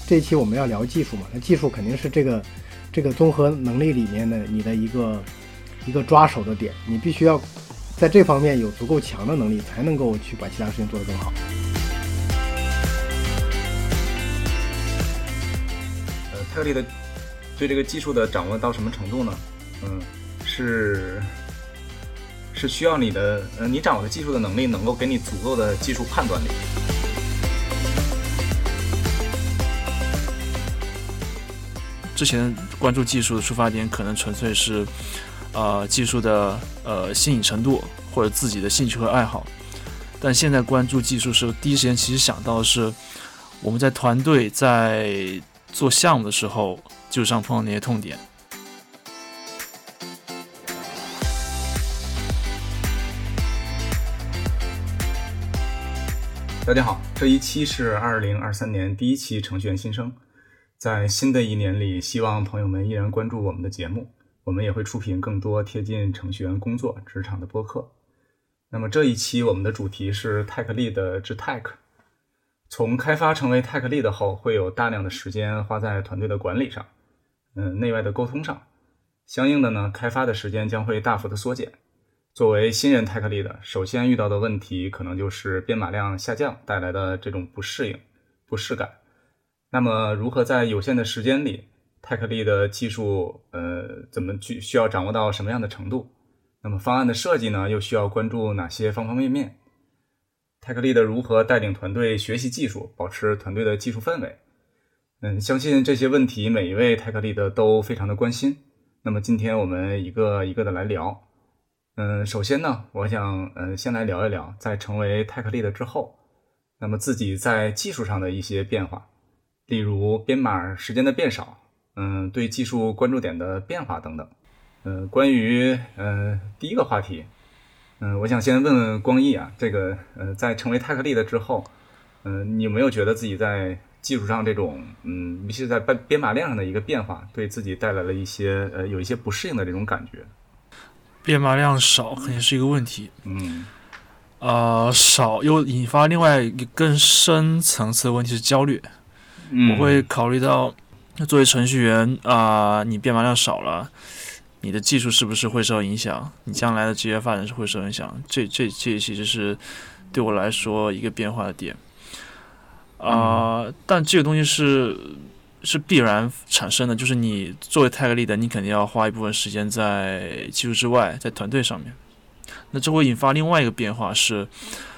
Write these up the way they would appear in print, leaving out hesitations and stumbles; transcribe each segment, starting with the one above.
这一期我们要聊技术嘛，那技术肯定是这个综合能力里面的你的一个抓手的点，你必须要在这方面有足够强的能力，才能够去把其他事情做得更好。 泰克力的对这个技术的掌握到什么程度呢？是需要你掌握的技术的能力能够给你足够的技术判断力。 之前关注技术的出发点可能纯粹是技术的新颖程度或者自己的兴趣和爱好，但现在关注技术是第一时间其实想到的是我们在团队在做项目的时候技术上碰到那些痛点。 大家好，这一期是2023年第一期程序员新生。在新的一年里，希望朋友们依然关注我们的节目，我们也会出品更多贴近程序员工作职场的播客。那么这一期我们的主题是 Tech Lead 之 Tech。 从开发成为 Tech Lead 后，会有大量的时间花在团队的管理上，内外的沟通上，相应的呢，开发的时间将会大幅的缩减。作为新人 Tech Lead， 首先遇到的问题可能就是编码量下降带来的这种不适应、不适感。那么如何在有限的时间里 Tech Lead 的技术怎么需要掌握到什么样的程度？那么方案的设计呢，又需要关注哪些方方面面？ Tech Lead 如何带领团队学习技术，保持团队的技术氛围？相信这些问题每一位 Tech Lead 都非常的关心。那么今天我们一个一个的来聊。首先呢，我想先来聊一聊在成为 Tech Lead 之后，那么自己在技术上的一些变化，例如编码时间的变少，对技术关注点的变化等等。关于第一个话题，我想先问问光毅啊，这个在成为 Tech Lead 之后，你有没有觉得自己在技术上这种尤其是在编码量上的一个变化，对自己带来了一些有一些不适应的这种感觉？ 编码量少肯定是一个问题，少又引发另外一个更深层次的问题是焦虑。我会考虑到作为程序员你编码量少了，你的技术是不是会受影响？你将来的职业发展是会受影响？这其实是对我来说一个变化的点。但这个东西是必然产生的，就是你作为 Tech Lead， 你肯定要花一部分时间在技术之外，在团队上面。那这会引发另外一个变化是，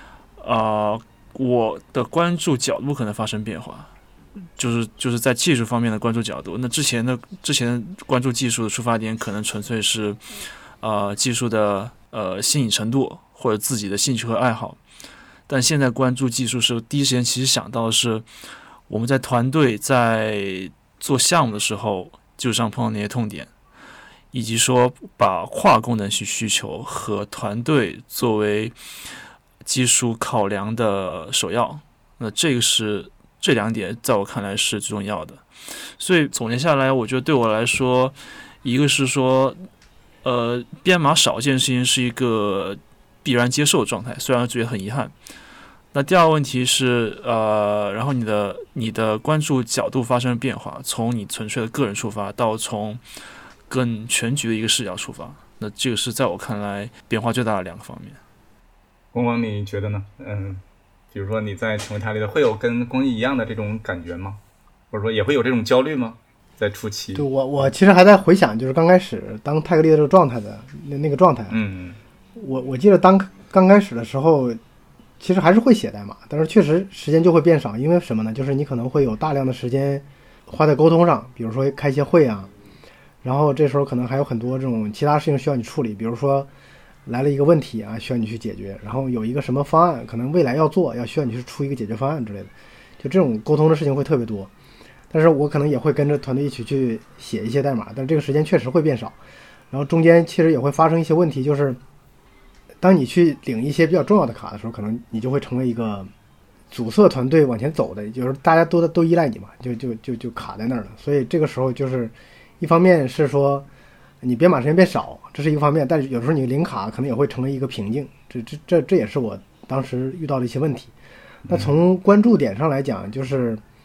我的关注角度可能发生变化，就是在技术方面的关注角度。那之前关注技术的出发点可能纯粹是技术的新颖程度或者自己的兴趣和爱好，但现在关注技术是第一时间其实想到的是我们在团队在做项目的时候技术上碰到那些痛点，以及说把跨功能需求和团队作为技术考量的首要。那这两点在我看来是最重要的。所以总结下来，我觉得对我来说，一个是说编码少这件事情是一个必然接受的状态，虽然觉得很遗憾。那第二个问题是然后你的关注角度发生了变化，从你纯粹的个人出发到从更全局的一个视角出发，那这个是在我看来变化最大的两个方面。 光光你觉得呢？比如说你在成为Tech Lead会有跟光毅一样的这种感觉吗？或者说也会有这种焦虑吗？在初期？ 对，我其实还在回想，就是刚开始当Tech Lead这个状态的那个状态。我记得刚开始的时候，其实还是会写代码，但是确实时间就会变少。因为什么呢？就是你可能会有大量的时间花在沟通上，比如说开一些会啊，然后这时候可能还有很多这种其他事情需要你处理，比如说来了一个问题啊，需要你去解决，然后有一个什么方案可能未来要做，需要你去出一个解决方案之类的，就这种沟通的事情会特别多。但是我可能也会跟着团队一起去写一些代码，但是这个时间确实会变少。然后中间其实也会发生一些问题，就是当你去领一些比较重要的卡的时候，可能你就会成为一个阻塞团队往前走的，就是大家都依赖你嘛，就卡在那儿了。所以这个时候就是一方面是说你编码时间变少，这是一个方面，但是有时候你领卡可能也会成为一个瓶颈，这也是我当时遇到的一些问题。那从关注点上来讲，就是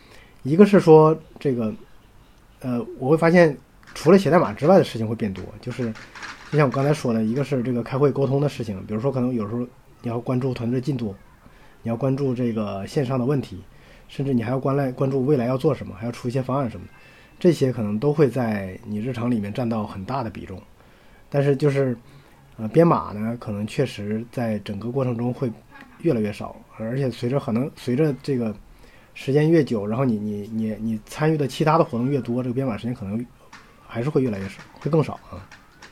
一个是说这个我会发现除了写代码之外的事情会变多，就是就像我刚才说的，一个是这个开会沟通的事情，比如说可能有时候你要关注团队进度，你要关注这个线上的问题，甚至你还要关注未来要做什么，还要出一些方案什么的，这些可能都会在你日常里面占到很大的比重。但是就是编码呢，可能确实在整个过程中会越来越少，而且随着这个时间越久，然后你参与的其他的活动越多，这个编码时间可能还是会越来越少，会更少啊。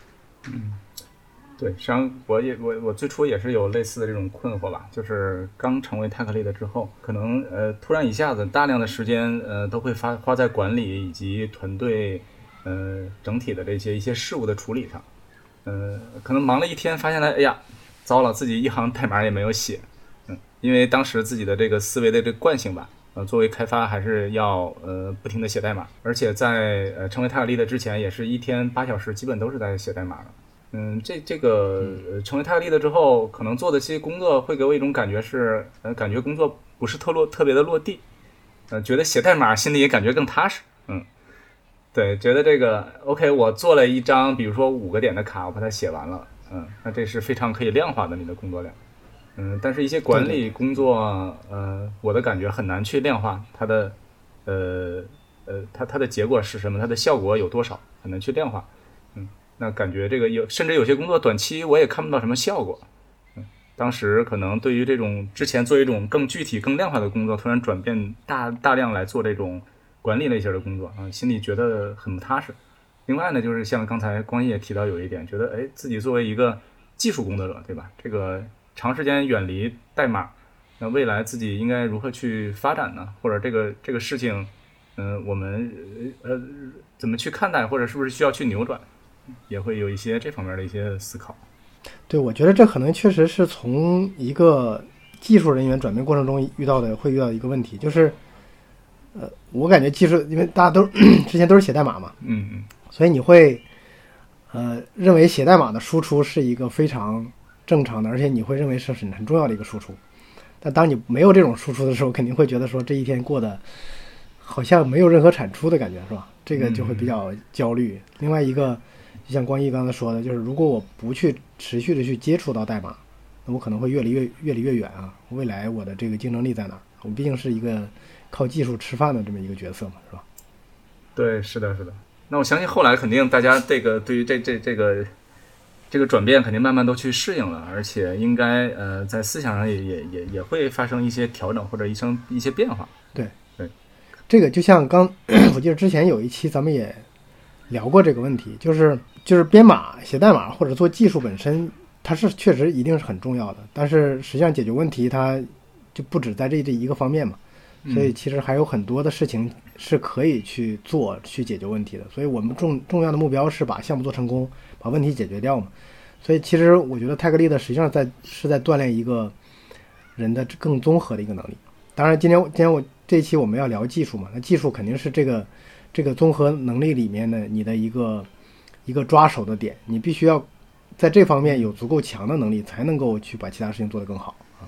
对，实际上我最初也是有类似的这种困惑吧，就是刚成为 Tech Lead 之后，可能突然一下子大量的时间都会花在管理以及团队整体的一些事务的处理上，可能忙了一天，发现了哎呀糟了，自己一行代码也没有写，因为当时自己的这个思维的这个惯性吧，作为开发还是要不停的写代码，而且在成为 Tech Lead 之前，也是一天8小时基本都是在写代码的。这个成为 Tech Lead 之后，可能做的这些工作会给我一种感觉是，感觉工作不是特别的落地，觉得写代码心里也感觉更踏实，对，觉得这个 OK， 我做了一张比如说5个点的卡，我把它写完了，那这是非常可以量化的你的工作量，但是一些管理工作，我的感觉很难去量化它的，它的结果是什么，它的效果有多少，很难去量化。那感觉这个甚至有些工作短期我也看不到什么效果。当时可能对于这种之前做一种更具体更量化的工作，突然转变大量来做这种管理类型的工作啊，心里觉得很不踏实。另外呢，就是像刚才光一也提到有一点，觉得自己作为一个技术工作者，对吧？这个长时间远离代码，那未来自己应该如何去发展呢？或者这个事情，我们怎么去看待，或者是不是需要去扭转？也会有一些这方面的一些思考。 对，我觉得这可能确实是从一个技术人员转变过程中会遇到一个问题，就是我感觉技术，因为大家都之前都是写代码嘛，所以你会认为写代码的输出是一个非常正常的，而且你会认为是很重要的一个输出。但当你没有这种输出的时候，肯定会觉得说这一天过得好像没有任何产出的感觉，是吧？这个就会比较焦虑。另外一个，就像光一刚才说的，就是如果我不去持续的去接触到代码，那我可能会越离越远啊。未来我的这个竞争力在哪？我毕竟是一个靠技术吃饭的这么一个角色嘛，是吧？ 对，是的。那我相信后来肯定大家这个对于这个转变肯定慢慢都去适应了，而且应该在思想上也会发生一些调整或者一些变化。对， 这个就像我记得之前有一期咱们也聊过这个问题，就是编码写代码或者做技术本身，它是确实一定是很重要的，但是实际上解决问题它就不止在这一个方面嘛，所以其实还有很多的事情是可以去做去解决问题的。所以我们重要的目标是把项目做成功，把问题解决掉嘛。所以其实我觉得 Tech Lead 实际上是在锻炼一个人的更综合的一个能力。当然今天我这一期我们要聊技术嘛，那技术肯定是这个综合能力里面的你的一个抓手的点，你必须要在这方面有足够强的能力，才能够去把其他事情做得更好啊。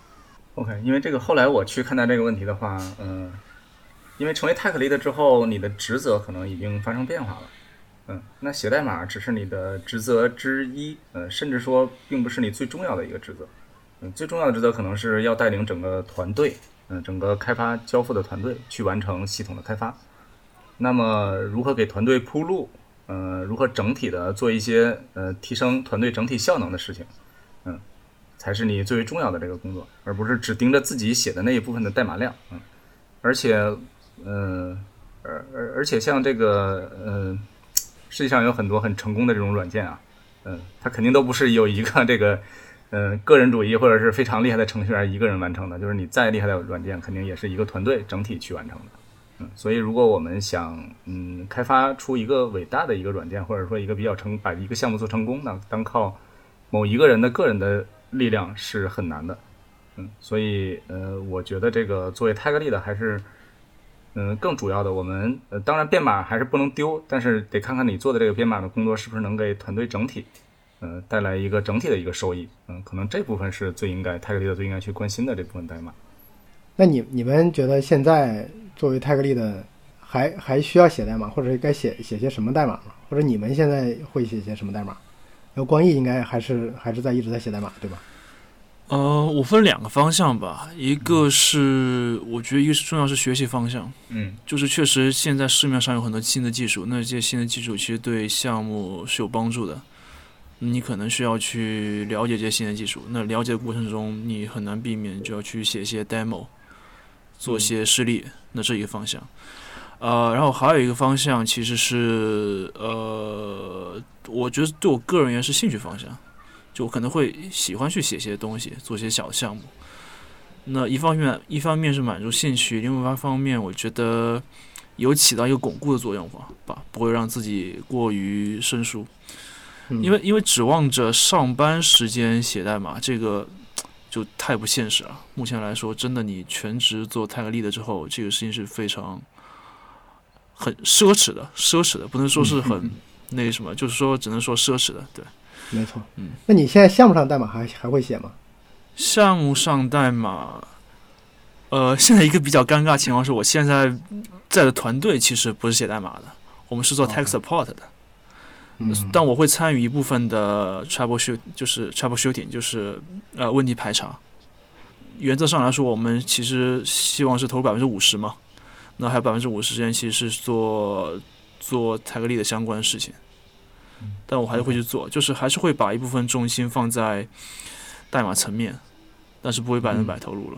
OK， 因为这个后来我去看待这个问题的话，因为成为 Tech Lead 之后，你的职责可能已经发生变化了，那写代码只是你的职责之一，甚至说并不是你最重要的一个职责，最重要的职责可能是要带领整个团队，整个开发交付的团队去完成系统的开发。那么如何给团队铺路，如何整体的做一些提升团队整体效能的事情，才是你最为重要的这个工作，而不是只盯着自己写的那一部分的代码量。而且像这个世界上有很多很成功的这种软件啊，它肯定都不是有一个这个个人主义或者是非常厉害的程序员一个人完成的，就是你再厉害的软件肯定也是一个团队整体去完成的。所以如果我们想开发出一个伟大的一个软件，或者说一个把一个项目做成功，那单靠某一个人的个人的力量是很难的。所以我觉得这个作为 Tech Lead 还是更主要的，我们当然编码还是不能丢，但是得看看你做的这个编码的工作是不是能给团队整体带来一个整体的一个收益。可能这部分是Tech Lead 最应该去关心的这部分代码。 那你们觉得现在作为 Tag Lead 还需要写代码，或者该写些什么代码吗？或者你们现在会写些什么代码？然后光毅应该还是一直在写代码，对吧？ 我分2个方向吧，一个是我觉得一个是重要是学习方向，就是确实现在市面上有很多新的技术，那这些新的技术其实对项目是有帮助的，你可能需要去了解这些新的技术，那了解的过程中你很难避免就要去写一些 demo， 做些示例，那这一个方向。然后还有一个方向其实是我觉得对我个人而言是兴趣方向，就我可能会喜欢去写些东西，做些小项目。那一方面是满足兴趣，另外一方面我觉得有起到一个巩固的作用吧，不会让自己过于生疏。因为指望着上班时间写代码，这个就太不现实了。目前来说，真的你全职做Tag Lead之后，这个事情是很奢侈的，不能说是很那个什么，就是说只能说奢侈的，对。 没错，那你现在项目上代码还会写吗？ 项目上代码，现在一个比较尴尬的情况是我现在的团队其实不是写代码的，我们是做 tech support 的，但我会参与一部分的 troubleshooting， 就是问题排查。原则上来说，我们其实希望是投入50%嘛，那还有50%时间其实是做Tag Lead的相关的事情。但我还是会去做，就是还是会把一部分重心放在代码层面，但是不会100%投入了。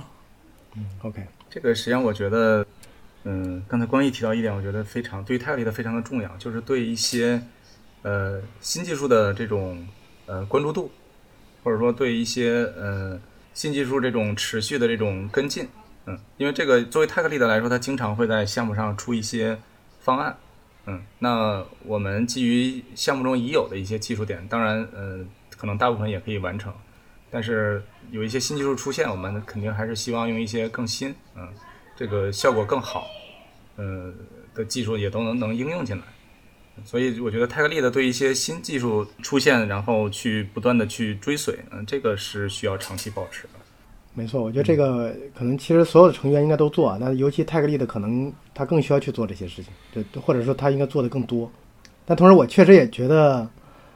OK， 这个实际上我觉得，刚才光毅提到一点，我觉得对于 Tag Lead 非常的重要，就是对一些新技术的这种关注度，或者说对一些新技术这种持续的这种跟进，因为这个作为 Tag Lead 来说，他经常会在项目上出一些方案。那我们基于项目中已有的一些技术点，当然可能大部分也可以完成，但是有一些新技术出现，我们肯定还是希望用一些更新这个效果更好的技术也都能应用进来。所以我觉得 Tag Lead 对一些新技术出现，然后去不断的去追随，这个是需要长期保持的。 没错，我觉得这个可能其实所有的成员应该都做，但尤其 Tag Lead 可能他更需要去做这些事情，就或者说他应该做的更多。但同时我确实也觉得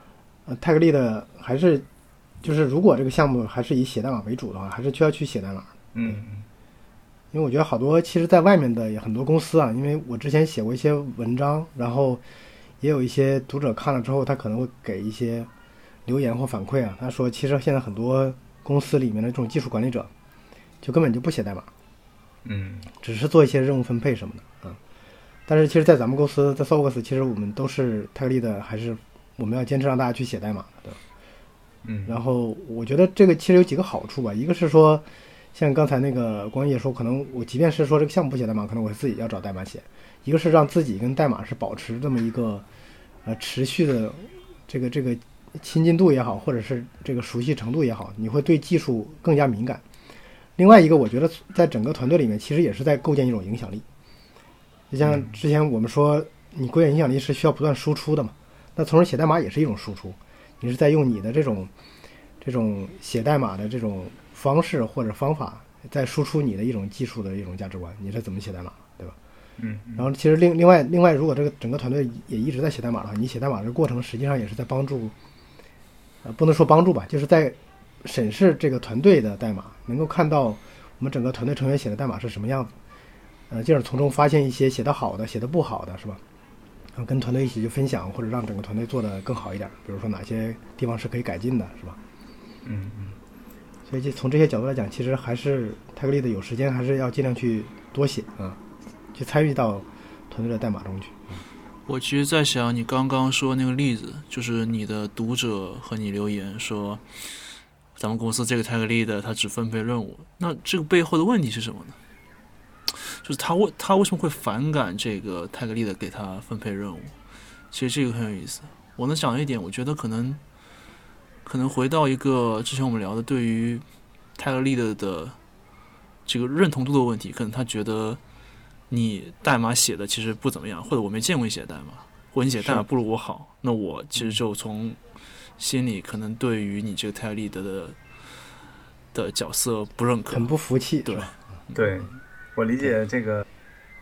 Tag Lead 还是就是如果这个项目还是以写代码为主的话，还是需要去写代码。因为我觉得好多其实在外面的也很多公司啊，因为我之前写过一些文章，然后也有一些读者看了之后，他可能会给一些留言或反馈啊，他说其实现在很多公司里面的这种技术管理者就根本就不写代码，只是做一些任务分配什么的但是其实在咱们公司在 Sovos 其实我们都是 Tag Lead，还是我们要坚持让大家去写代码的，对。然后我觉得这个其实有几个好处吧，一个是说像刚才那个光毅说，可能我即便是说这个项目不写代码，可能我自己要找代码写，一个是让自己跟代码是保持这么一个持续的这个亲近度也好，或者是这个熟悉程度也好，你会对技术更加敏感。另外一个我觉得在整个团队里面其实也是在构建一种影响力，就像之前我们说你构建影响力是需要不断输出的嘛，那从而写代码也是一种输出，你是在用你的这种写代码的这种方式或者方法在输出你的一种技术的一种价值观，你是怎么写代码，对吧？然后其实另外如果这个整个团队也一直在写代码的话，你写代码的过程实际上也是在帮助不能说帮助吧，就是在审视这个团队的代码，能够看到我们整个团队成员写的代码是什么样子，进而从中发现一些写得好的写得不好的，是吧？然后跟团队一起去分享，或者让整个团队做得更好一点，比如说哪些地方是可以改进的，是吧？所以从这些角度来讲，其实还是 Tag Lead 有时间还是要尽量去多写去参与到团队的代码中去。 我其实在想你刚刚说那个例子，就是你的读者和你留言说咱们公司这个 Tag Lead 他只分配任务，那这个背后的问题是什么呢？就是他为什么会反感这个 Tag Lead 给他分配任务？其实这个很有意思。我能想一点，我觉得可能回到一个之前我们聊的对于 Tag Lead 的这个认同度的问题，可能他觉得你代码写的其实不怎么样，或者我没见过你写代码，或者你写代码不如我好，那我其实就从心里可能对于你这个 Tag Lead 的角色不认可， 很不服气。 对， 我理解这个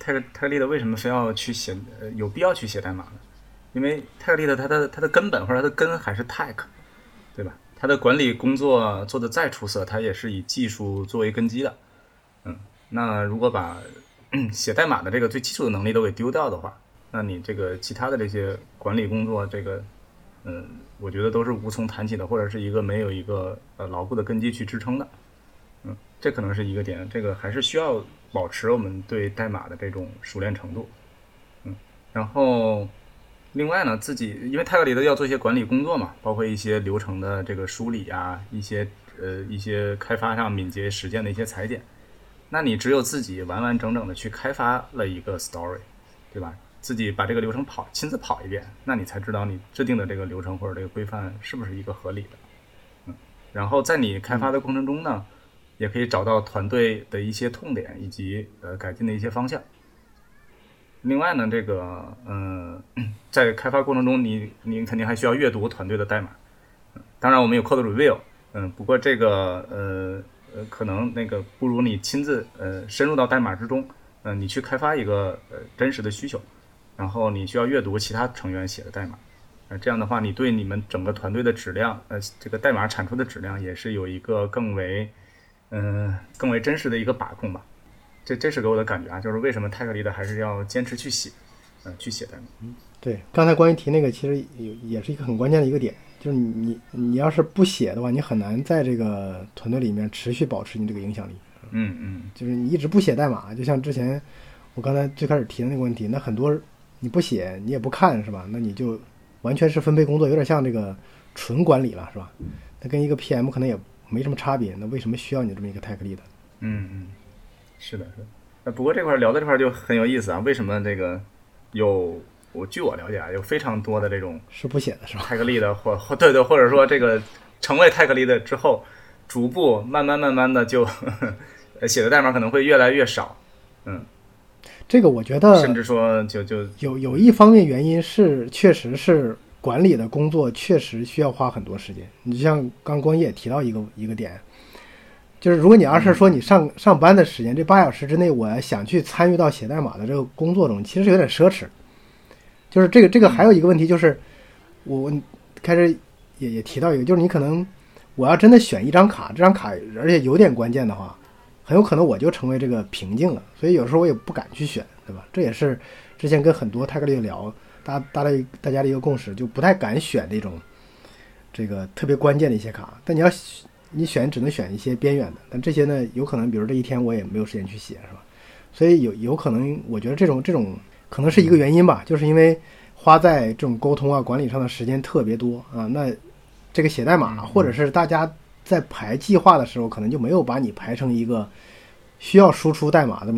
TagLead 为什么非要去写，有必要去写代码呢？因为 TagLead 它的根本或者它的根还是 Tag， 对吧？它的管理工作做得再出色，它也是以技术作为根基的。那如果把写代码的这个最基础的能力都给丢掉的话，那你这个其他的这些管理工作，这个我觉得都是无从谈起的，或者是没有一个牢固的根基去支撑的。这可能是一个点，这个还是需要保持我们对代码的这种熟练程度。然后另外呢，自己因为TagLead要做一些管理工作嘛，包括一些流程的这个梳理啊，一些开发上敏捷实践的一些裁剪。那你只有自己完完整整的去开发了一个 story， 对吧？自己把这个流程亲自跑一遍，那你才知道你制定的这个流程或者这个规范是不是一个合理的。然后在你开发的过程中呢，也可以找到团队的一些痛点以及改进的一些方向。另外呢，这个在开发过程中你肯定还需要阅读团队的代码。当然我们有 code review， 不过这个可能那个不如你亲自深入到代码之中，你去开发一个真实的需求，然后你需要阅读其他成员写的代码，这样的话你对你们整个团队的质量，这个代码产出的质量也是有一个更为真实的一个把控吧。这是给我的感觉啊，就是为什么TagLead还是要坚持去写代码。 对，刚才关于提那个，其实也是一个很关键的一个点，就是你要是不写的话，你很难在这个团队里面持续保持你这个影响力。就是你一直不写代码，就像之前我刚才最开始提的那个问题，那很多你不写，你也不看，是吧？那你就完全是分配工作，有点像这个纯管理了，是吧？那跟一个 PM 可能也没什么差别，那为什么需要你这么一个TagLead？ 是的。不过这块聊到这块就很有意思啊，为什么这个据我了解啊，有非常多的这种是不写的是吧 ？TagLead或者说这个成为TagLead之后，逐步慢慢的就写的代码可能会越来越少。 这个我觉得甚至说就有一方面原因是确实是管理的工作确实需要花很多时间。你就像刚光也提到一个点，就是如果你要是说你上班的时间这8小时之内，我想去参与到写代码的这个工作中，其实是有点奢侈。就是这个还有一个问题，就是我开始也提到一个，就是你可能我要真的选一张卡，这张卡而且有点关键的话，很有可能我就成为这个瓶颈了，所以有时候我也不敢去选，对吧？这也是之前跟很多TagLead聊，大家的一个共识，就不太敢选这种这个特别关键的一些卡。但你选只能选一些边缘的，但这些呢，有可能比如这一天我也没有时间去写，是吧？所以有可能，我觉得这种可能是一个原因吧，就是因为花在这种沟通啊、管理上的时间特别多啊，那这个写代码或者是大家在排计划的时候，可能就没有把你排成一个需要输出代码这么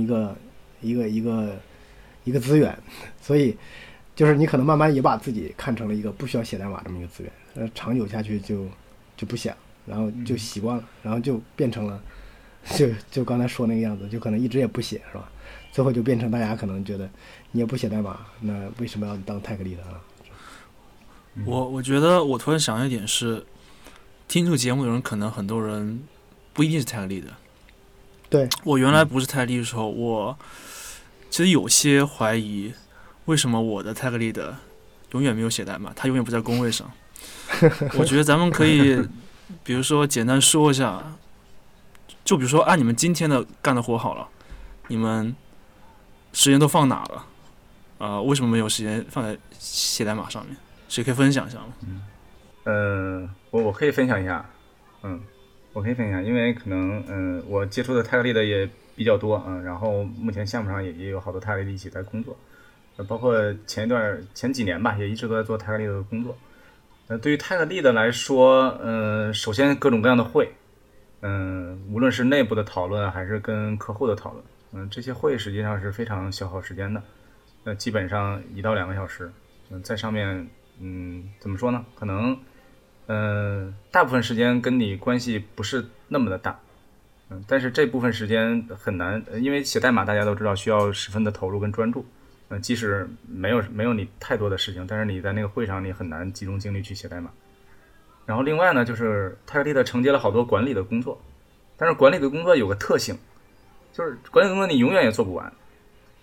一个资源，所以就是你可能慢慢也把自己看成了一个不需要写代码这么一个资源，长久下去就不写了，然后就习惯了，然后就变成了就刚才说那个样子，就可能一直也不写，是吧？最后就变成大家可能觉得你也不写代码，那为什么要当TagLead啊？ 我觉得我突然想到一点是，听这个节目的人可能很多人不一定是TagLead的。 对， 我原来不是TagLead的时候，我其实有些怀疑，为什么我的TagLead永远没有写代码，他永远不在工位上。我觉得咱们可以，比如说简单说一下，就比如说按你们今天的干的活好了，你们时间都放哪了？为什么没有时间放在写代码上面？谁可以分享一下吗？ 我可以分享一下，我可以分享，因为可能我接触的TagLead也比较多啊，然后目前项目上也有好多TagLead一起在工作，包括前几年吧，也一直都在做TagLead的工作。对于TagLead来说，首先各种各样的会，无论是内部的讨论还是跟客户的讨论，这些会实际上是非常消耗时间的，基本上1到2个小时，在上面，怎么说呢？可能，大部分时间跟你关系不是那么的大，但是这部分时间很难，因为写代码大家都知道需要十分的投入跟专注，即使没有你太多的事情，但是你在那个会上你很难集中精力去写代码。然后另外呢，就是TagLead承接了好多管理的工作，但是管理的工作有个特性，就是管理工作你永远也做不完，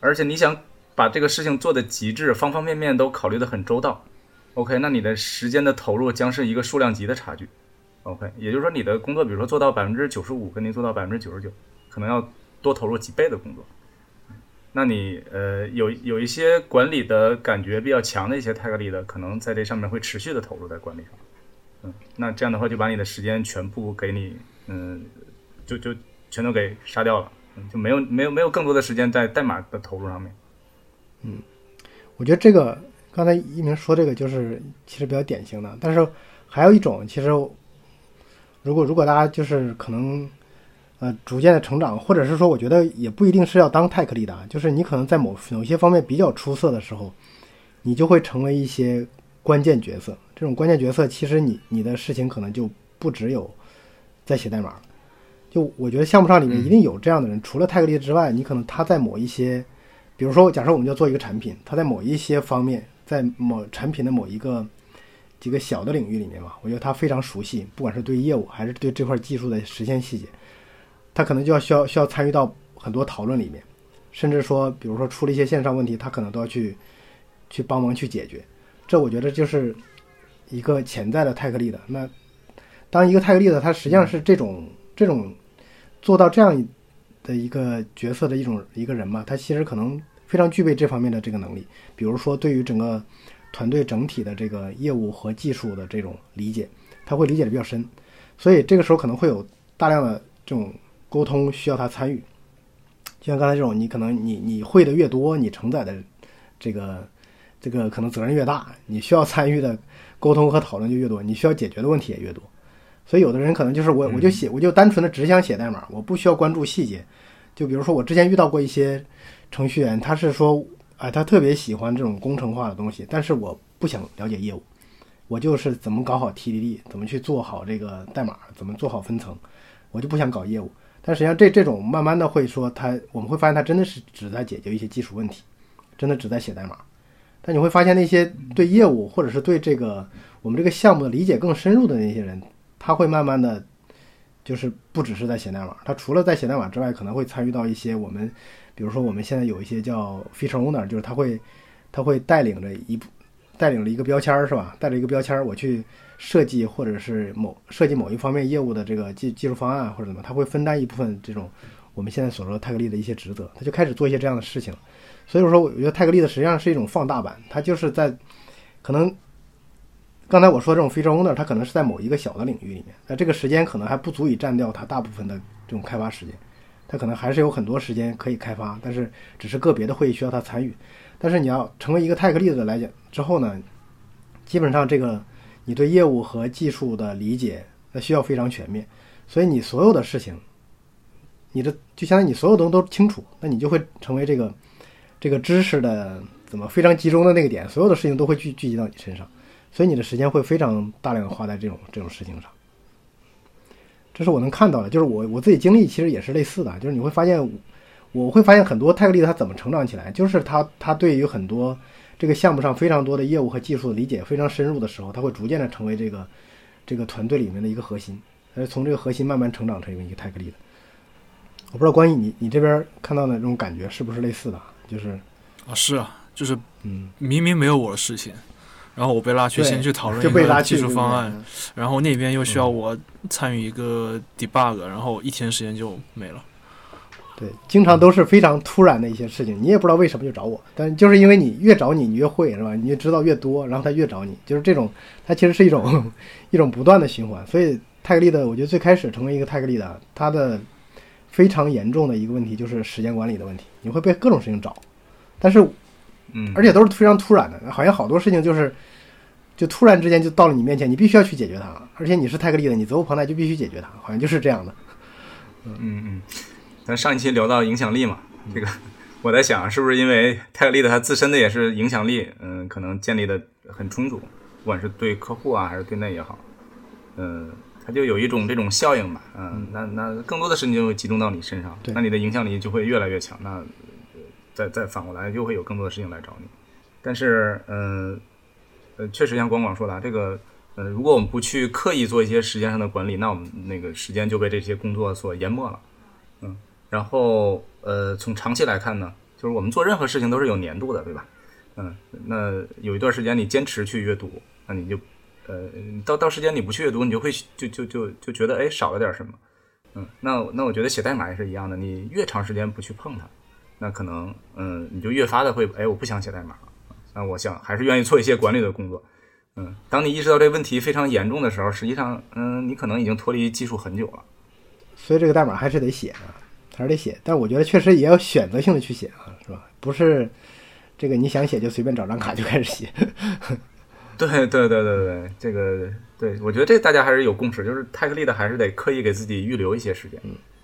而且你想把这个事情做得极致，方方面面都考虑得很周到 OK， 那你的时间的投入将是一个数量级的差距 OK， 也就是说你的工作比如说做到 95% 跟你做到 99%可能要多投入几倍的工作。那你有一些管理的感觉比较强的一些 tech lead 可能在这上面会持续的投入在管理上，那这样的话就把你的时间全部给你就全都给杀掉了，就没有更多的时间在代码的投入上面。 我觉得这个刚才一鸣说这个就是其实比较典型的，但是还有一种，其实如果大家就是可能逐渐的成长，或者是说我觉得也不一定是要当tech lead的，就是你可能在某些方面比较出色的时候，你就会成为一些关键角色。这种关键角色其实你的事情可能就不只有在写代码了。就我觉得项目上里面一定有这样的人，除了tech lead之外，你可能他在某一些，比如说假设我们要做一个产品，他在某一些方面，在某产品的某几个小的领域里面嘛，我觉得他非常熟悉，不管是对业务还是对这块技术的实现细节，他可能就需要参与到很多讨论里面，甚至说比如说出了一些线上问题，他可能都要去帮忙去解决。这我觉得就是一个潜在的tech lead。那当一个tech lead，他实际上是这种做到这样的一个角色的一个人嘛，他其实可能非常具备这方面的这个能力。比如说对于整个团队整体的这个业务和技术的这种理解，他会理解的比较深，所以这个时候可能会有大量的这种沟通需要他参与。就像刚才这种，你可能你会的越多，你承载的这个可能责任越大，你需要参与的沟通和讨论就越多，你需要解决的问题也越多。所以有的人可能就是我就单纯的只想写代码，我不需要关注细节。就比如说我之前遇到过一些程序员，他是说他特别喜欢这种工程化的东西，但是我不想了解业务，我就是怎么搞好 TDD， 怎么去做好这个代码，怎么做好分层，我就不想搞业务。但实际上这种慢慢的会说我们会发现他真的是只在解决一些技术问题，真的只在写代码。但你会发现那些对业务或者是对这个我们这个项目的理解更深入的那些人，他会慢慢的就是不只是在写代码，他除了在写代码之外，可能会参与到一些比如说我们现在有一些叫 feature owner， 就是他会带领了一个标签是吧？带着一个标签我去设计或者是设计某一方面业务的这个技术方案或者怎么，他会分担一部分这种我们现在所说的tech lead的一些职责，他就开始做一些这样的事情。所以说我觉得tech lead实际上是一种放大版，它就是在可能刚才我说这种 feature owner， 它可能是在某一个小的领域里面，那这个时间可能还不足以占掉它大部分的这种开发时间，它可能还是有很多时间可以开发，但是只是个别的会议需要它参与。但是你要成为一个tech lead来讲之后呢，基本上这个你对业务和技术的理解那需要非常全面，所以你所有的事情就相当于你所有东西都清楚，那你就会成为这个知识的怎么非常集中的那个点，所有的事情都会聚集到你身上，所以你的时间会非常大量的花在这种事情上。这是我能看到的，就是我自己经历其实也是类似的，就是我会发现很多tech lead他怎么成长起来，就是他对于很多这个项目上非常多的业务和技术的理解非常深入的时候，他会逐渐的成为这个团队里面的一个核心，从这个核心慢慢成长成为一个tech lead。我不知道关于你这边看到的这种感觉是不是类似的，就是是啊，就是明明没有我的事情，然后我被拉去先去讨论一个技术方案，然后那边又需要我参与一个 debug， 然后一天时间就没了。 对，经常都是非常突然的一些事情，你也不知道为什么就找我，但就是因为你越找你越会是吧？你越知道越多，然后他越找你，就是这种，它其实是一种不断的循环。所以tech lead我觉得最开始成为一个tech lead，它的非常严重的一个问题就是时间管理的问题，你会被各种事情找，但是而且都是非常突然的，好像好多事情就突然之间就到了你面前，你必须要去解决它，而且你是tech lead，你责无旁贷就必须解决它，好像就是这样的。 咱上一期聊到影响力嘛，这个我在想是不是因为tech lead它自身的也是影响力，可能建立的很充足，不管是对客户啊还是对内也好，它就有一种这种效应吧，那更多的事情就会集中到你身上，那你的影响力就会越来越强，那再反过来就会有更多的事情来找你。但是确实像光广说的这个如果我们不去刻意做一些时间上的管理，那我们那个时间就被这些工作所淹没了。然后从长期来看呢， 就是我们做任何事情都是有年度的，对吧？那有一段时间你坚持去阅读，那你就到时间你不去阅读，你就会就觉得少了点什么。那我觉得写代码也是一样的，你越长时间不去碰它，那可能你就越发的会我不想写代码了。那我想还是愿意做一些管理的工作。当你意识到这个问题非常严重的时候，实际上你可能已经脱离技术很久了。 所以这个代码还是得写啊，还是得写，但我觉得确实也要选择性的去写啊，是吧？不是这个你想写就随便找张卡就开始写。 对，这个对，我觉得这大家还是有共识，就是Tech Lead还是得刻意给自己预留一些时间。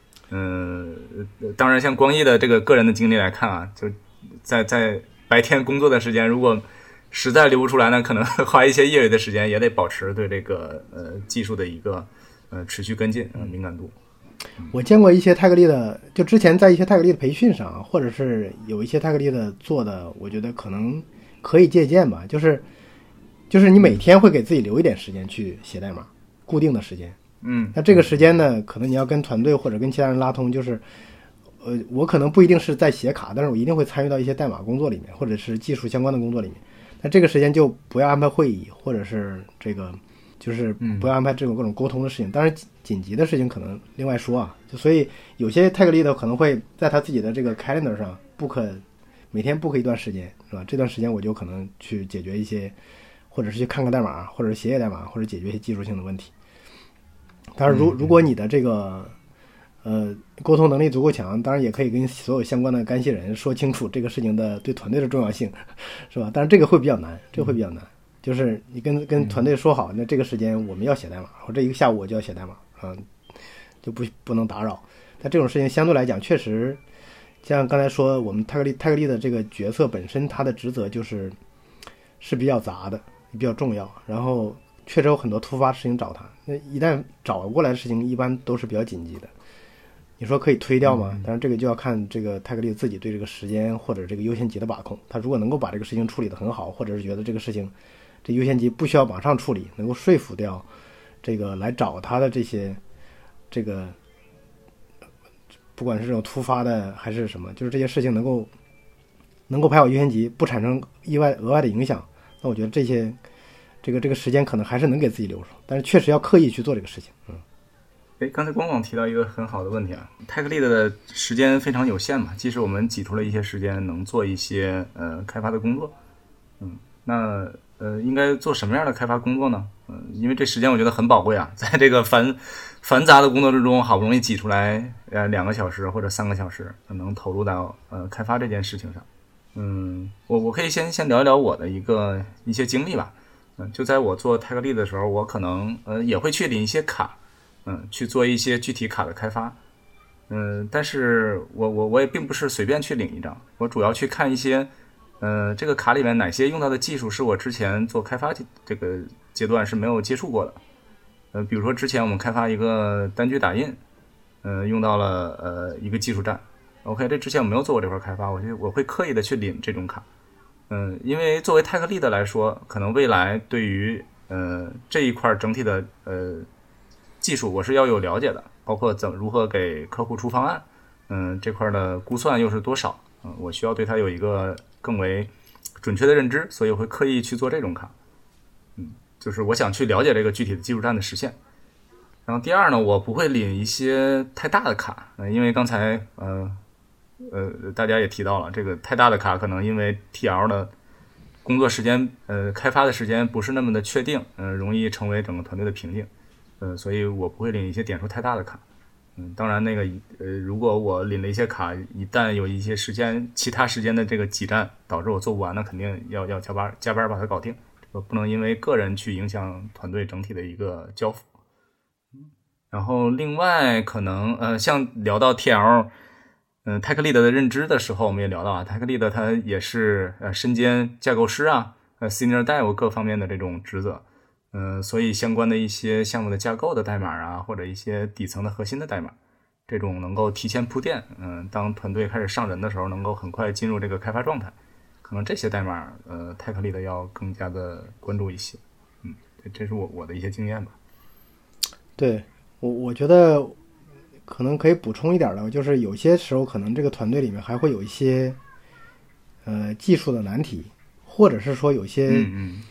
当然像光毅的这个个人的经历来看啊，就在白天工作的时间，如果实在留不出来呢，可能花一些业余的时间，也得保持对这个技术的一个持续跟进敏感度。 我见过一些Tech Lead，就之前在一些Tech Lead培训上，或者是有一些Tech Lead做的，我觉得可能可以借鉴吧。就是你每天会给自己留一点时间去写代码，固定的时间。那这个时间呢，可能你要跟团队或者跟其他人拉通，就是我可能不一定是在写卡，但是我一定会参与到一些代码工作里面，或者是技术相关的工作里面。那这个时间就不要安排会议，或者是这个就是不要安排这种各种沟通的事情。当然紧急的事情可能另外说啊。就所以有些Tech Lead可能会在他自己的这个 calendar 上每天 book 一段时间，是吧？这段时间我就可能去解决一些，或者是去看看代码，或者是写代码，或者解决一些技术性的问题。当然如果你的这个沟通能力足够强，当然也可以跟所有相关的干系人说清楚这个事情的对团队的重要性，是吧？但是这个会比较难，就是你跟团队说好，那这个时间我们要写代码，或这一个下午我就要写代码就不能打扰。但这种事情相对来讲，确实像刚才说，我们Tech Lead的这个角色本身，他的职责是比较杂的，比较重要，然后确实有很多突发事情找他。那一旦找过来的事情，一般都是比较紧急的。你说可以推掉吗？当然这个就要看这个Tech Lead自己对这个时间或者这个优先级的把控。他如果能够把这个事情处理得很好，或者是觉得这个事情这优先级不需要马上处理，能够说服掉这个来找他的这些这个不管是这种突发的还是什么，就是这些事情能够排好优先级，不产生额外的影响，那我觉得这个时间可能还是能给自己留出，但是确实要刻意去做这个事情。 刚才光提到一个很好的问题啊，Tech Lead的时间非常有限嘛，即使我们挤出了一些时间能做一些开发的工作，那应该做什么样的开发工作呢？因为这时间我觉得很宝贵啊，在这个繁杂的工作之中，好不容易挤出来2个小时或者3个小时，能投入到开发这件事情上。我可以先聊一聊我的一些经历吧。就在我做Tech Lead的时候，我可能也会去领一些卡，去做一些具体卡的开发。但是我也并不是随便去领一张，我主要去看一些这个卡里面哪些用到的技术是我之前做开发这个阶段是没有接触过的。比如说之前我们开发一个单据打印，用到了一个技术站。OK， 这之前我没有做过这块开发，我会刻意的去领这种卡。因为作为Tech Lead来说，可能未来对于这一块整体的技术我是要有了解的，包括如何给客户出方案，这块的估算又是多少，我需要对它有一个更为准确的认知，所以我会刻意去做这种卡。就是我想去了解这个具体的技术站的实现。然后第二呢，我不会领一些太大的卡，因为刚才大家也提到了，这个太大的卡可能因为 TL 的工作时间开发的时间不是那么的确定，容易成为整个团队的瓶颈，所以我不会领一些点数太大的卡。当然那个如果我领了一些卡，一旦有一些其他时间的这个挤占导致我做不完，那肯定要加班把它搞定，不能因为个人去影响团队整体的一个交付。然后另外可能像聊到 TL。Tech Lead 的认知的时候，我们也聊到啊，Tech Lead 它也是身兼架构师啊、Senior Dev 各方面的这种职责，所以相关的一些项目的架构的代码啊，或者一些底层的核心的代码，这种能够提前铺垫，当团队开始上人的时候，能够很快进入这个开发状态，可能这些代码Tech Lead 要更加的关注一些。这是我的一些经验吧。 对，我觉得可能可以补充一点的，就是有些时候可能这个团队里面还会有一些技术的难题，或者是说有些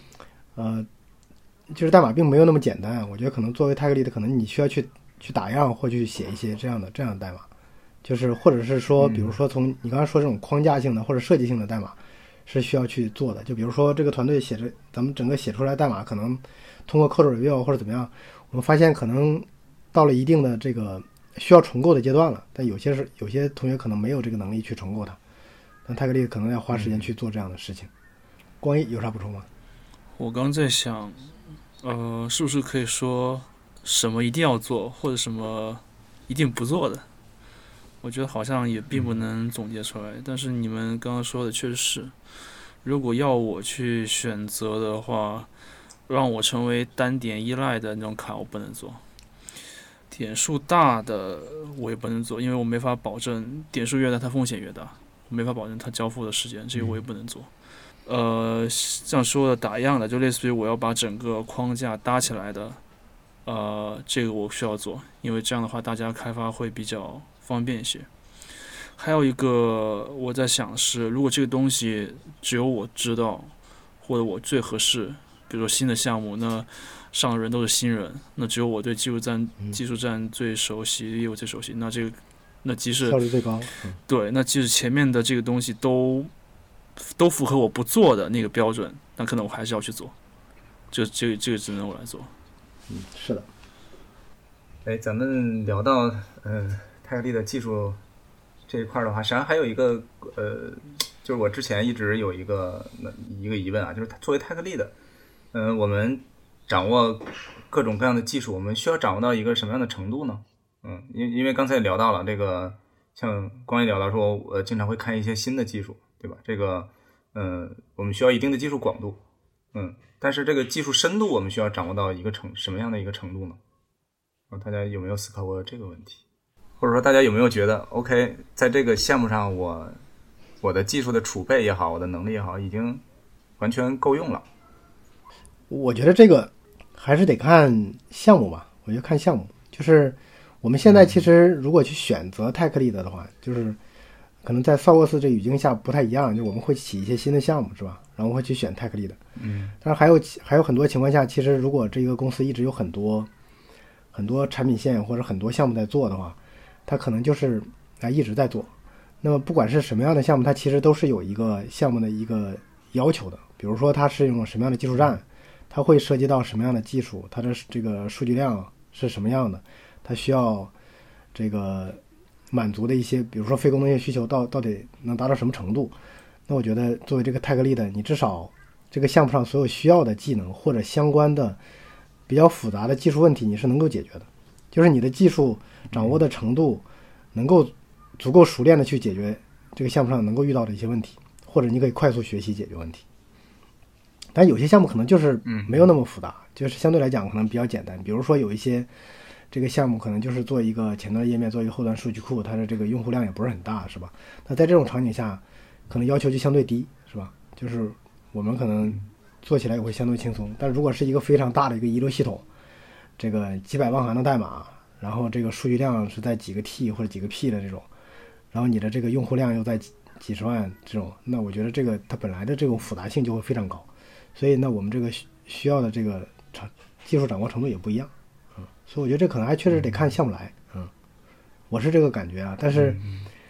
就是代码并没有那么简单。我觉得可能作为 Tech Lead，可能你需要去打样或去写一些这样的代码，就是或者是说，比如说从你刚才说这种框架性的或者设计性的代码是需要去做的。就比如说这个团队咱们整个写出来代码，可能通过 code review 或者怎么样，我们发现可能到了一定的这个需要重构的阶段了，但有些同学可能没有这个能力去重构它，那Tech Lead可能要花时间去做这样的事情。光一有啥补充吗？ 我刚在想，是不是可以说什么一定要做，或者什么一定不做的？我觉得好像也并不能总结出来。但是你们刚刚说的确实是，如果要我去选择的话，让我成为单点依赖的那种卡，我不能做。点数大的我也不能做，因为我没法保证点数越大它风险越大，我没法保证它交付的时间，这个我也不能做。像说的打样的，就类似于我要把整个框架搭起来的，这个我需要做，因为这样的话大家开发会比较方便一些。还有一个我在想是，如果这个东西只有我知道，或者我最合适，比如说新的项目，那上的人都是新人，那只有我对技术站最熟悉，业务最熟悉，那即使效率最高， 对，那即使前面的这个东西都符合我不做的那个标准，那可能我还是要去做。这个只能我来做。 是的。 咱们聊到Tech Lead的技术这一块的话，实际上还有一个就是我之前一直有一个疑问啊，就是作为 Tech Lead，我们掌握各种各样的技术，我们需要掌握到一个什么样的程度呢？因为刚才也聊到了这个，像光也聊到说，经常会看一些新的技术，对吧？这个我们需要一定的技术广度，但是这个技术深度我们需要掌握到一个什么样的一个程度呢？大家有没有思考过这个问题？或者说大家有没有觉得 OK， 在这个项目上我的技术的储备也好，我的能力也好，已经完全够用了？ 我觉得这个还是得看项目吧。我觉得看项目，就是我们现在其实如果去选择Tech Lead的话，就是可能在萨沃斯这语境下不太一样，就我们会起一些新的项目，是吧？然后会去选Tech Lead。但是还有很多情况下，其实如果这个公司一直有很多产品线或者很多项目在做的话，它可能就是一直在做。那么不管是什么样的项目，它其实都是有一个项目的一个要求的。比如说它是用什么样的技术站，它会涉及到什么样的技术，它的这个数据量是什么样的，它需要这个满足的一些，比如说非功能性需求到底能达到什么程度。那我觉得作为这个Tech Lead，你至少这个项目上所有需要的技能或者相关的比较复杂的技术问题你是能够解决的，就是你的技术掌握的程度能够足够熟练的去解决这个项目上能够遇到的一些问题，或者你可以快速学习解决问题。但有些项目可能就是没有那么复杂，就是相对来讲可能比较简单。比如说有一些这个项目可能就是做一个前端页面，做一个后端数据库，它的这个用户量也不是很大，是吧？那在这种场景下可能要求就相对低，是吧？就是我们可能做起来也会相对轻松。但如果是一个非常大的一个遗留系统，这个几百万行的代码，然后这个数据量是在几个 T 或者几个 P 的这种，然后你的这个用户量又在几十万这种，那我觉得这个它本来的这种复杂性就会非常高，所以那我们这个需要的这个技术掌握程度也不一样。所以我觉得这可能还确实得看项目来。我是这个感觉啊。但是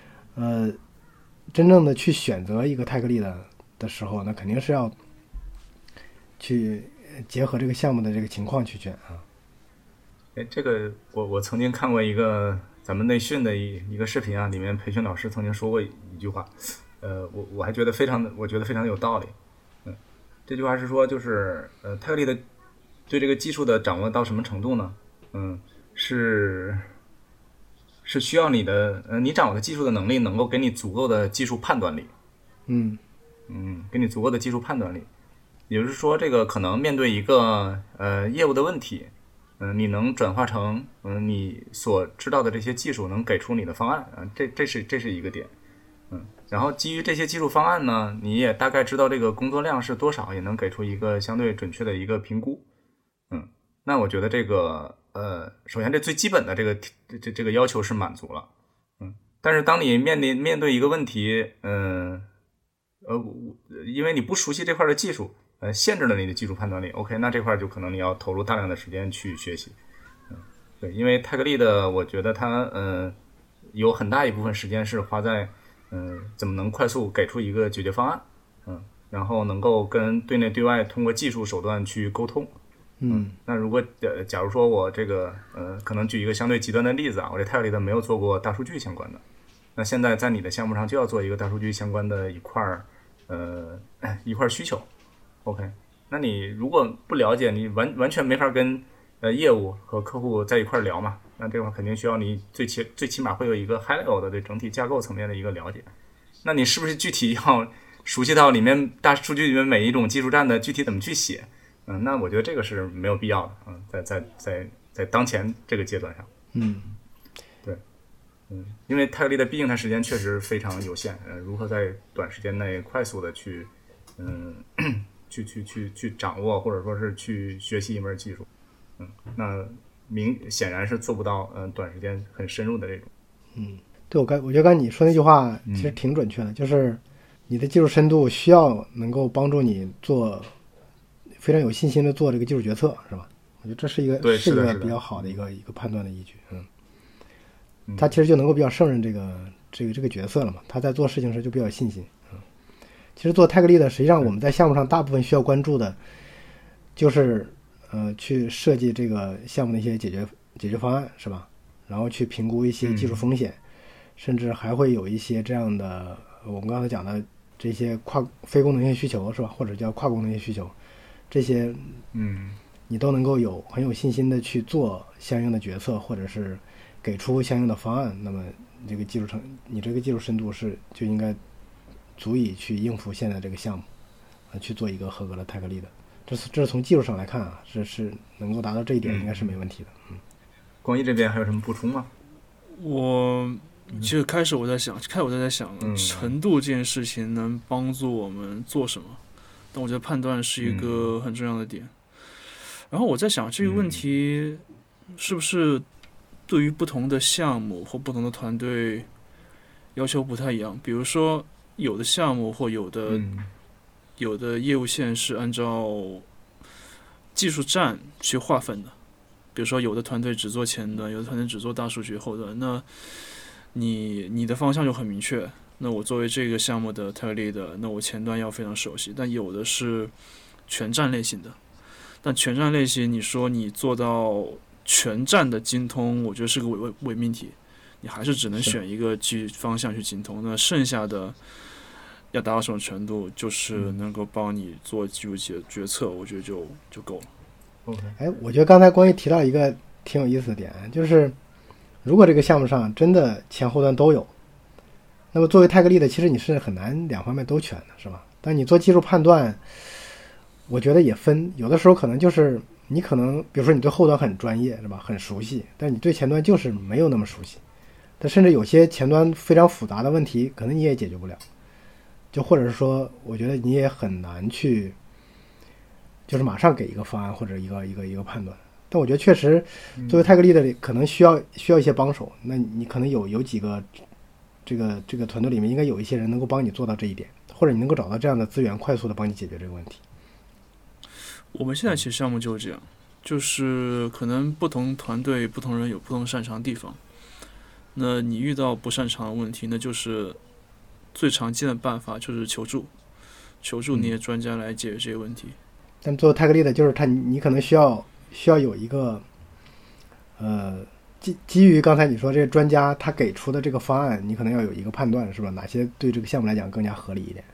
真正的去选择一个Tech Lead的时候，那肯定是要去结合这个项目的这个情况去选啊。 这个我曾经看过一个咱们内训的一个视频啊，里面培训老师曾经说过一句话，我还觉得非常的有道理。这句话是说，就是Tech Lead对这个技术的掌握到什么程度呢？是需要你掌握的技术的能力能够给你足够的技术判断力。给你足够的技术判断力。也就是说，这个可能面对一个业务的问题，你能转化成你所知道的这些技术能给出你的方案，这是一个点。然后基于这些技术方案呢，你也大概知道这个工作量是多少，也能给出一个相对准确的一个评估。那我觉得这个首先这最基本的这个要求是满足了。但是当你面对一个问题， 因为你不熟悉这块的技术，限制了你的技术判断力。OK， 那这块就可能你要投入大量的时间去学习。对，因为Tech Lead我觉得它有很大一部分时间是花在怎么能快速给出一个解决方案，然后能够跟对内对外通过技术手段去沟通。那如果假如说我这个可能举一个相对极端的例子啊，我这 Tech Lead没有做过大数据相关的，那现在在你的项目上就要做一个大数据相关的一块需求。OK， 那你如果不了解，你完全没法跟业务和客户在一块聊嘛，那这块肯定需要你最起码会有一个 high level 的对整体架构层面的一个了解。那你是不是具体要熟悉到里面大数据里面每一种技术站的具体怎么去写？那我觉得这个是没有必要的。在当前这个阶段上，对，因为Tech Lead毕竟它时间确实非常有限，如何在短时间内快速的去掌握或者说是去学习一门技术，那显然是做不到短时间很深入的这种。 对，我觉得刚才你说那句话其实挺准确的，就是你的技术深度需要能够帮助你做非常有信心的做这个技术决策，是吧？我觉得这是一个比较好的一个判断的依据。他其实就能够比较胜任这个角色了嘛，他在做事情时就比较有信心。其实做 Tech Lead 实际上我们在项目上大部分需要关注的就是去设计这个项目的一些解决方案，是吧？然后去评估一些技术风险，甚至还会有一些这样的我们刚才讲的这些非功能性需求，是吧？或者叫跨功能性需求，这些你都能够很有信心的去做相应的决策，或者是给出相应的方案，那么你这个技术深度就应该足以去应付现在这个项目，去做一个合格的Tech Lead。这是从技术上来看啊，这是能够达到这一点，应该是没问题的。 光一这边还有什么补充吗？ 其实开始我在想程度这件事情能帮助我们做什么，但我觉得判断是一个很重要的点。然后我在想这个问题是不是对于不同的项目或不同的团队要求不太一样，比如说有的项目或有的业务线是按照技术站去划分的，比如说有的团队只做前端，有的团队只做大数据后端，那你的方向就很明确，那我作为这个项目的 Tech Lead， 那我前端要非常熟悉。但有的是全站类型的，但全站类型你说你做到全站的精通，我觉得是个伪命题，你还是只能选一个方向去精通，那剩下的要达到什么程度，就是能够帮你做技术决策，我觉得就够了。 我觉得刚才关于提到一个挺有意思的点，就是如果这个项目上真的前后端都有，那么作为Tech Lead其实你是很难两方面都全的，是吧？但你做技术判断，我觉得也分，有的时候可能就是你可能比如说你对后端很专业，是吧？很熟悉，但你对前端就是没有那么熟悉，但甚至有些前端非常复杂的问题可能你也解决不了，就或者是说我觉得你也很难去就是马上给一个方案或者一个判断。但我觉得确实作为Tech Lead可能需要一些帮手，那你可能有几个这个团队里面应该有一些人能够帮你做到这一点，或者你能够找到这样的资源快速的帮你解决这个问题。 我们现在其实项目就是这样，就是可能不同团队不同人有不同擅长的地方，那你遇到不擅长的问题，那就是最常见的办法就是求助那些专家来解决这些问题。 但做Tech Lead就是你可能需要有一个基于刚才你说这个专家他给出的这个方案，你可能要有一个判断，是吧？哪些对这个项目来讲更加合理一点。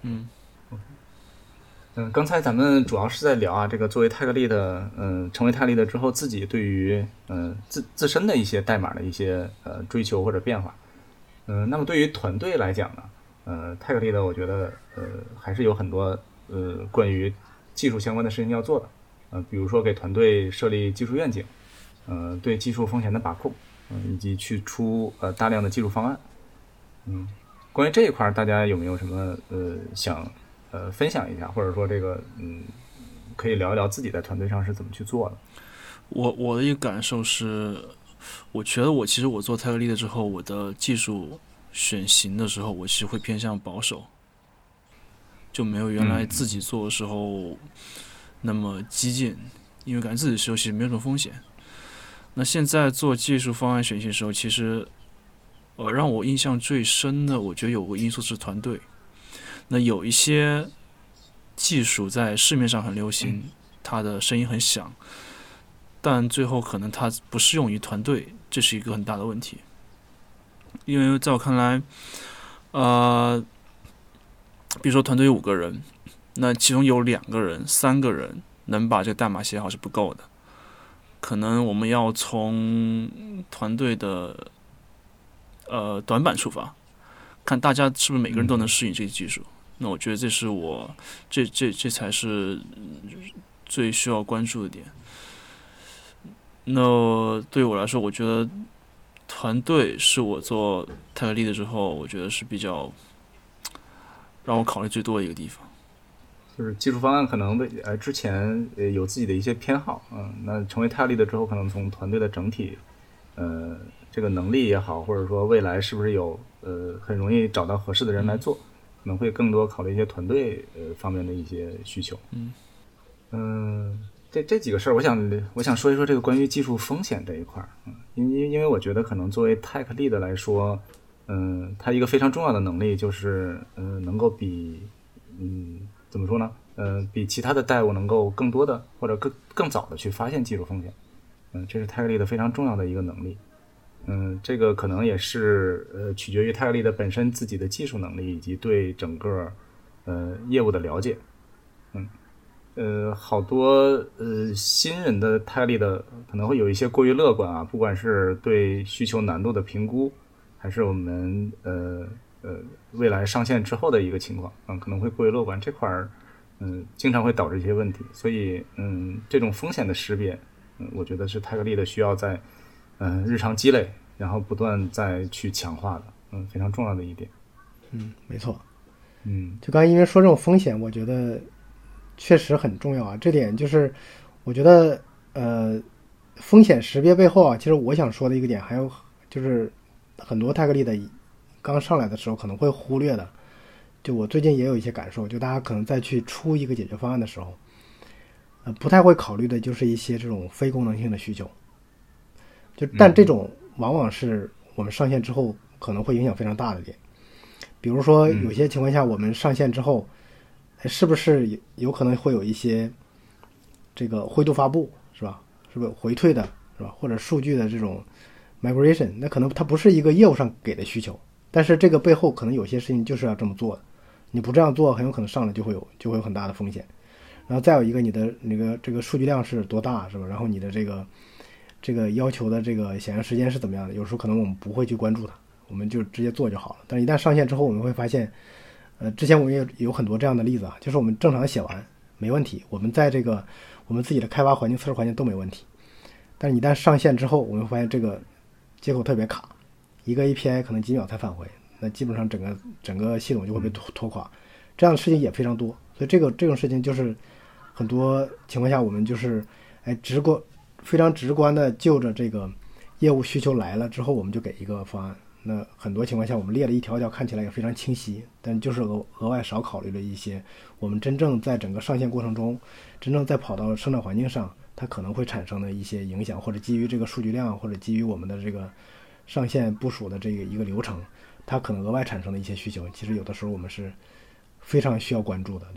刚才咱们主要是在聊这个作为Tech Lead成为Tech Lead之后自己对于自身的一些代码的一些追求或者变化。那么对于团队来讲呢，Tech Lead我觉得还是有很多关于技术相关的事情要做的，比如说给团队设立技术愿景，对技术风险的把控，以及去出大量的技术方案。关于这一块大家有没有什么想分享一下，或者说这个可以聊一聊自己在团队上是怎么去做的？ 我的一个感受是，我觉得其实我做Tech Lead之后，我的技术选型的时候，我其实会偏向保守。 就没有原来自己做的时候那么激进，因为感觉自己的时候其实没有什么风险。那现在做技术方案选型的时候，其实让我印象最深的，我觉得有个因素是团队。那有一些技术在市面上很流行，它的声音很响，但最后可能它不适用于团队，这是一个很大的问题。因为在我看来，比如说团队有5个人，那其中有2个人、3个人能把这个代码写好是不够的，可能我们要从团队的短板出发，看大家是不是每个人都能适应这个技术。那我觉得这是这才是最需要关注的点。那对于我来说，我觉得团队是我做Tech Lead之后，我觉得是比较让我考虑最多的一个地方。 就是技术方案可能之前有自己的一些偏好，那成为Tech Lead之后，可能从团队的整体这个能力也好，或者说未来是不是有很容易找到合适的人来做，可能会更多考虑一些团队方面的一些需求。这几个事儿，我想说一说这个关于技术风险这一块，因为我觉得可能作为 Tech Lead 来说，它一个非常重要的能力就是能够比怎么说呢？比其他的队伍能够更多的或者更早的去发现技术风险，这是 Tech Lead 非常重要的一个能力。这个可能也是取决于 Tech Lead 本身自己的技术能力以及对整个业务的了解。好多新人的Tech Lead可能会有一些过于乐观啊，不管是对需求难度的评估，还是我们未来上线之后的一个情况，可能会过于乐观，这块经常会导致一些问题。所以这种风险的识别，我觉得是Tech Lead需要在日常积累，然后不断再去强化的，非常重要的一点。 没错。就刚才因为说这种风险，我觉得确实很重要啊。这点就是我觉得风险识别背后啊，其实我想说的一个点，还有就是很多Tech Lead刚上来的时候可能会忽略的，就我最近也有一些感受，就大家可能再去出一个解决方案的时候，不太会考虑的就是一些这种非功能性的需求。但这种往往是我们上线之后可能会影响非常大的点。比如说有些情况下我们上线之后，是不是有可能会有一些这个灰度发布，是吧？是不是回退的，是吧？或者数据的这种 migration， 那可能它不是一个业务上给的需求，但是这个背后可能有些事情就是要这么做的。你不这样做，很有可能上来就会有很大的风险。然后再有一个，你的那个这个数据量是多大，是吧？然后你的这个要求的这个显示时间是怎么样的？有时候可能我们不会去关注它，我们就直接做就好了。但是一旦上线之后，我们会发现，之前我们也有很多这样的例子啊，就是我们正常写完没问题，我们在这个我们自己的开发环境、测试环境都没问题。但是一旦上线之后，我们会发现这个接口特别卡，一个 API 可能几秒才返回，那基本上整个系统就会被拖垮。这样的事情也非常多，所以这种事情就是很多情况下我们就是非常直观的就着这个业务需求来了之后，我们就给一个方案。那很多情况下我们列了一条条看起来也非常清晰，但就是额外少考虑了一些我们真正在整个上线过程中，真正在跑到生产环境上它可能会产生的一些影响，或者基于这个数据量，或者基于我们的这个上线部署的这个一个流程，它可能额外产生的一些需求，其实有的时候我们是非常需要关注的。对。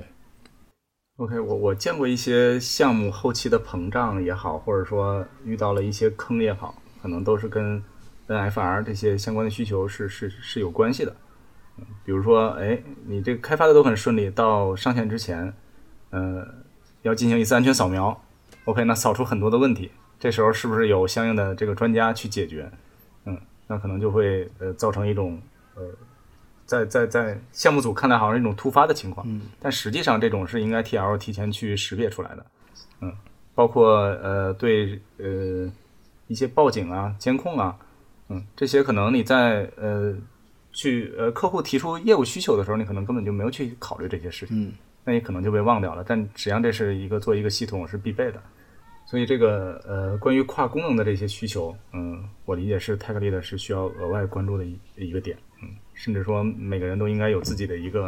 OK， 我见过一些项目后期的膨胀也好，或者说遇到了一些坑也好，可能都是跟 NFR 这些相关的需求是有关系的。比如说，你这个开发的都很顺利，到上线之前，要进行一次安全扫描 ，OK， 那扫出很多的问题，这时候是不是有相应的这个专家去解决？那可能就会造成一种在项目组看来好像是一种突发的情况，但实际上这种是应该 TL 提前去识别出来的，包括对一些报警啊、监控啊，这些可能你在客户提出业务需求的时候，你可能根本就没有去考虑这些事情，那你可能就被忘掉了。但实际上这是做一个系统是必备的，所以这个关于跨功能的这些需求，我理解是 Tech Lead 是需要额外关注的一个点。甚至说每个人都应该有自己的一个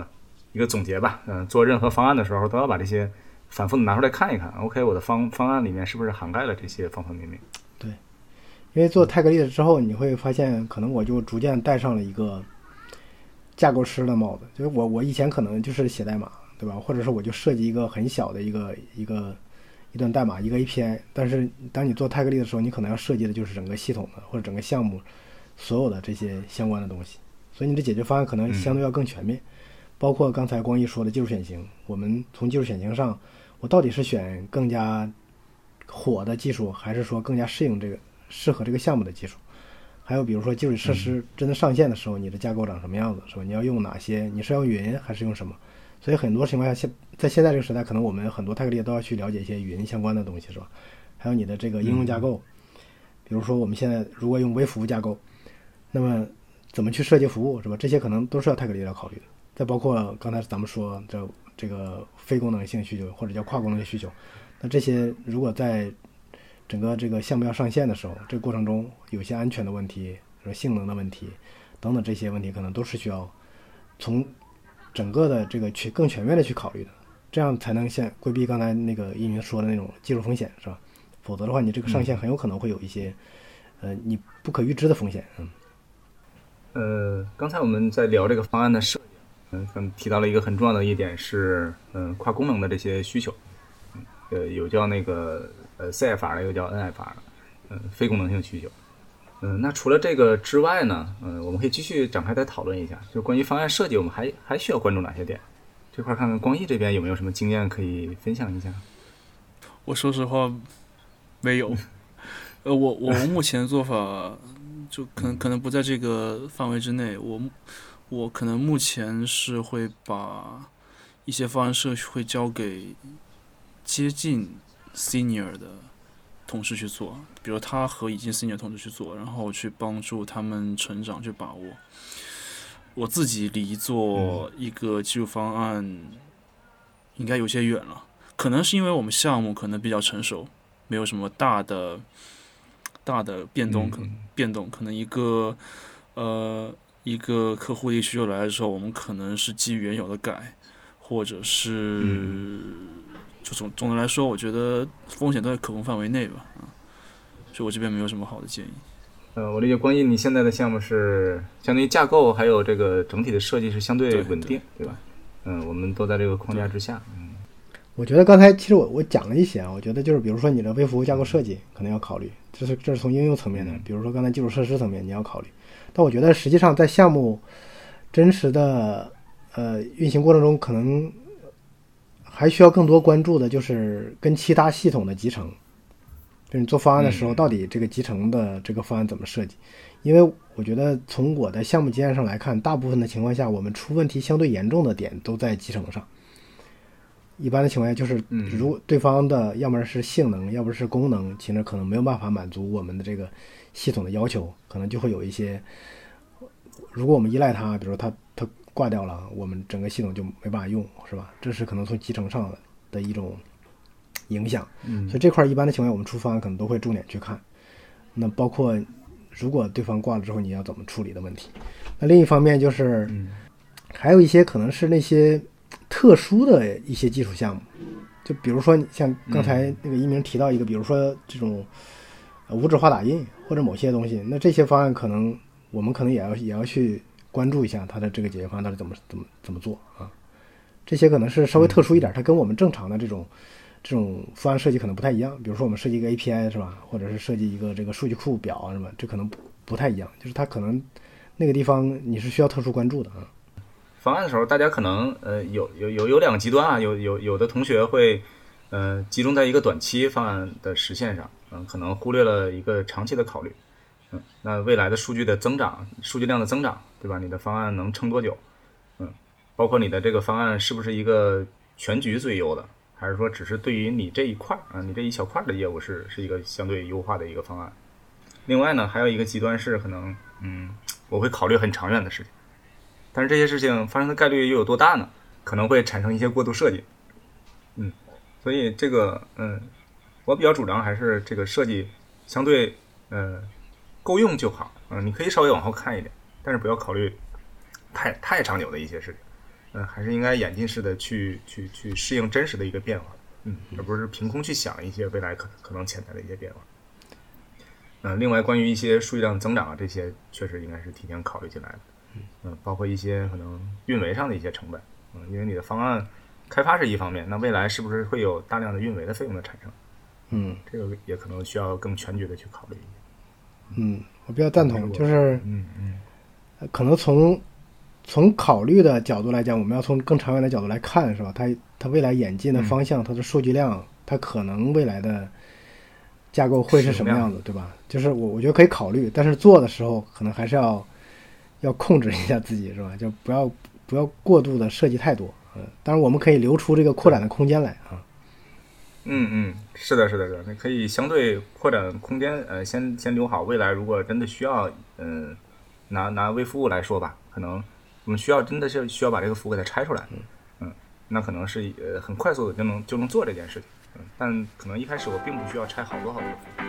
一个总结吧。做任何方案的时候都要把这些反复的拿出来看一看。OK， 我的方案里面是不是涵盖了这些方方面面？ 对，因为做泰格利的之后，你会发现，可能我就逐渐戴上了一个架构师的帽子。就是我以前可能就是写代码，对吧？或者说我就设计一个很小的一段代码，一个 API。但是当你做泰格利的时候，你可能要设计的就是整个系统的或者整个项目所有的这些相关的东西。所以你的解决方案可能相对要更全面，包括刚才光一说的技术选型。我们从技术选型上，我到底是选更加火的技术，还是说更加适合这个项目的技术？还有比如说基础设施真的上线的时候，你的架构长什么样子，是吧？你要用哪些？你是要云还是用什么？所以很多情况下，在现在这个时代，可能我们很多泰格利都要去了解一些云相关的东西，是吧？还有你的这个应用架构，比如说我们现在如果用微服务架构，那么怎么去设计服务，是吧？这些可能都是要泰格利要考虑的。再包括刚才咱们说这个非功能性需求或者叫跨功能性需求，那这些如果在整个这个项目要上线的时候，这个过程中有些安全的问题、性能的问题等等，这些问题可能都是需要从整个的这个去更全面的去考虑的，这样才能规避刚才那个一鸣说的那种技术风险，是吧？否则的话，你这个上线很有可能会有一些你不可预知的风险。 刚才我们在聊这个方案的设计，提到了一个很重要的一点是跨功能的这些需求，有叫那个CFR 的，有叫 NFR 的，非功能性需求。那除了这个之外呢，我们可以继续展开再讨论一下，就关于方案设计，我们还需要关注哪些点？这块看看光毅这边有没有什么经验可以分享一下？ 我说实话没有，我目前的做法就可能不在这个范围之内。我可能目前是会把一些方案设计会交给接近 senior 的同事去做，比如他和已经 senior 同事去做，然后去帮助他们成长，去把握。我自己离做一个技术方案应该有些远了，可能是因为我们项目可能比较成熟，没有什么大的变动，可能一个客户的需求来的时候，我们可能是基于原有的改，或者是就总的来说，我觉得风险都在可控范围内吧，所以我这边没有什么好的建议。 我理解光毅，你现在的项目是相当于架构还有这个整体的设计是相对稳定， 对吧？我们都在这个框架之下。 我觉得刚才其实我讲了一些啊，我觉得就是比如说你的微服务架构设计可能要考虑，这是从应用层面的，比如说刚才基础设施层面你要考虑。但我觉得实际上在项目真实的运行过程中，可能还需要更多关注的就是跟其他系统的集成，就是你做方案的时候，到底这个集成的这个方案怎么设计？因为我觉得从我的项目经验上来看，大部分的情况下，我们出问题相对严重的点都在集成上。一般的情况下，就是如果对方的要么是性能，要不是功能，其实可能没有办法满足我们的这个系统的要求，可能就会有一些，如果我们依赖它，比如说它挂掉了，我们整个系统就没办法用，是吧？这是可能从集成上的一种影响。所以这块一般的情况下，我们出方案可能都会重点去看。那包括如果对方挂了之后，你要怎么处理的问题。那另一方面就是，还有一些可能是那些特殊的一些技术项目，就比如说像刚才那个一鸣提到一个，比如说这种无纸化打印或者某些东西，那这些方案可能我们可能也要去关注一下它的这个解决方案到底怎么做啊。这些可能是稍微特殊一点，它跟我们正常的这种方案设计可能不太一样。比如说我们设计一个 API 是吧，或者是设计一个这个数据库表是吧，这可能不太一样，就是它可能那个地方你是需要特殊关注的啊。 方案的时候，大家可能有两个极端啊，有的同学会集中在一个短期方案的实现上，可能忽略了一个长期的考虑。那未来的数据的增长，数据量的增长，对吧？你的方案能撑多久？包括你的这个方案是不是一个全局最优的，还是说只是对于你这一块你这一小块的业务是一个相对优化的一个方案？另外呢，还有一个极端是可能我会考虑很长远的事情。但是这些事情发生的概率又有多大呢？可能会产生一些过度设计。所以这个我比较主张还是这个设计相对够用就好。你可以稍微往后看一点，但是不要考虑太长久的一些事情。 还是应该演进式的去适应真实的一个变化，而不是凭空去想一些未来可能潜在的一些变化。另外关于一些数据量增长啊，这些确实应该是提前考虑进来的，包括一些可能运维上的一些成本，因为你的方案开发是一方面，那未来是不是会有大量的运维的费用的产生？这个也可能需要更全局的去考虑一下。 我比较赞同，就是可能从考虑的角度来讲，我们要从更长远的角度来看，是吧？它未来演进的方向，它的数据量，它可能未来的架构会是什么样子，对吧？就是我觉得可以考虑，但是做的时候可能还是要控制一下自己，是吧？就不要过度的设计太多。当然我们可以留出这个扩展的空间来啊。 是的，那可以相对扩展空间，先留好，未来如果真的需要，拿微服务来说吧，可能我们真的是需要把这个服务给它拆出来，那可能是很快速的就能做这件事情，但可能一开始我并不需要拆好多服务。